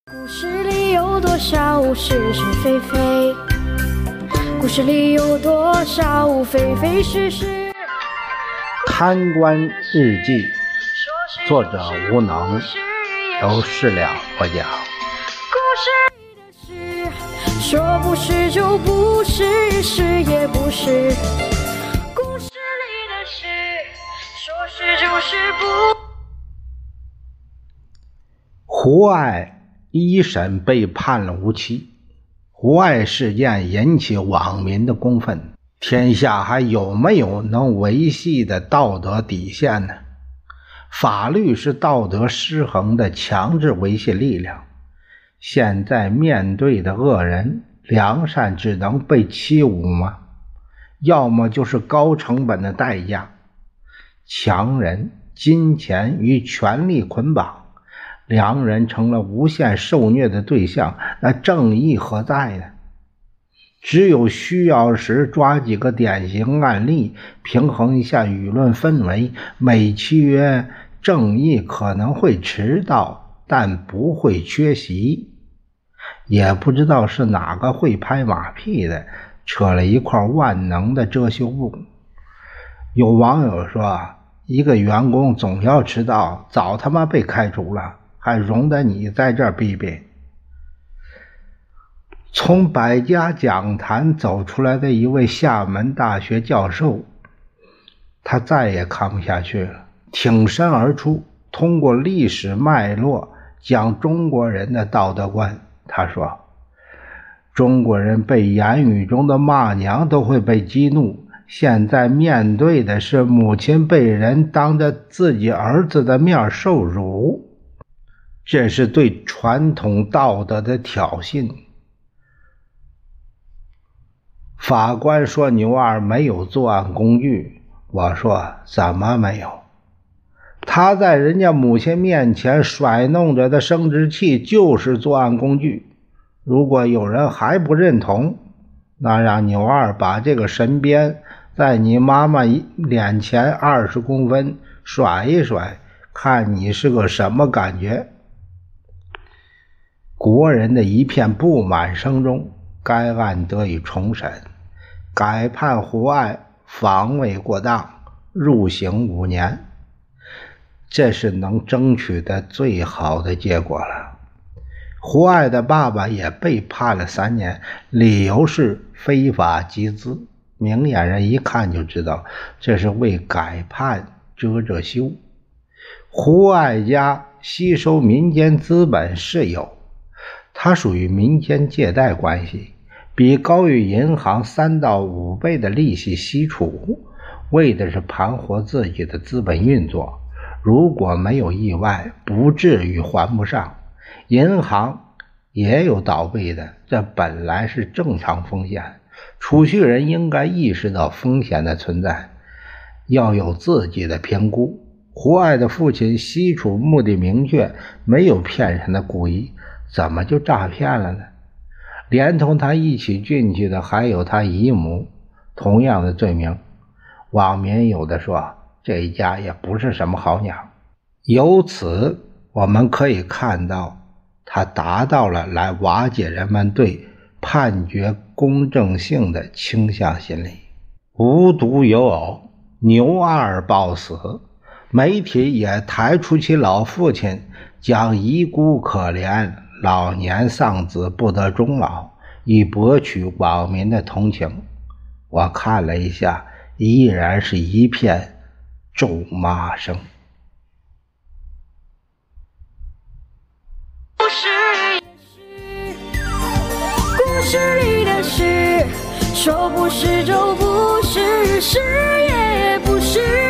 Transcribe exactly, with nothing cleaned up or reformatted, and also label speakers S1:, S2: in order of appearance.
S1: 故事里有多少是是非非？故事里有多少非非是是？
S2: 贪官日记，作者无能，由事了播讲。
S1: 故事里的事，说不是就不是，是也不是。故事里的事，说是就是不。
S2: 胡爱一审被判了无期，胡爱事件引起网民的公愤，天下还有没有能维系的道德底线呢？法律是道德失衡的强制维系力量，现在面对的恶人，良善只能被欺侮吗？要么就是高成本的代价，强人、金钱与权力捆绑，良人成了无限受虐的对象，那正义何在呢？只有需要时抓几个典型案例，平衡一下舆论氛围，美其曰正义可能会迟到，但不会缺席。也不知道是哪个会拍马屁的，扯了一块万能的遮羞布。有网友说，一个员工总要迟到，早他妈被开除了，还容得你在这儿逼逼。从百家讲坛走出来的一位厦门大学教授，他再也看不下去了，挺身而出，通过历史脉络讲中国人的道德观。他说，中国人被言语中的骂娘都会被激怒，现在面对的是母亲被人当着自己儿子的面受辱，这是对传统道德的挑衅。法官说牛二没有作案工具，我说怎么没有？他在人家母亲面前甩弄着的生殖器就是作案工具。如果有人还不认同，那让牛二把这个神鞭在你妈妈脸前二十公分甩一甩，看你是个什么感觉。国人的一片不满声中，该案得以重审，改判胡爱防卫过当，入刑五年。这是能争取的最好的结果了。胡爱的爸爸也被判了三年，理由是非法集资。明眼人一看就知道，这是为改判遮遮羞。胡爱家吸收民间资本是有，它属于民间借贷关系，比高于银行三到五倍的利息吸储，为的是盘活自己的资本运作。如果没有意外，不至于还不上。银行也有倒闭的，这本来是正常风险。储蓄人应该意识到风险的存在，要有自己的评估。胡爱的父亲吸储目的明确，没有骗人的故意，怎么就诈骗了呢？连同他一起进去的还有他姨母，同样的罪名。网民有的说，这一家也不是什么好鸟。由此我们可以看到，他达到了来瓦解人们对判决公正性的倾向心理。无独有偶，牛二暴死，媒体也抬出其老父亲，讲遗孤可怜，老年丧子不得终老，以博取网民的同情。我看了一下，依然是一片咒骂声。
S1: 故事里的事，说不是就不是，是也不是。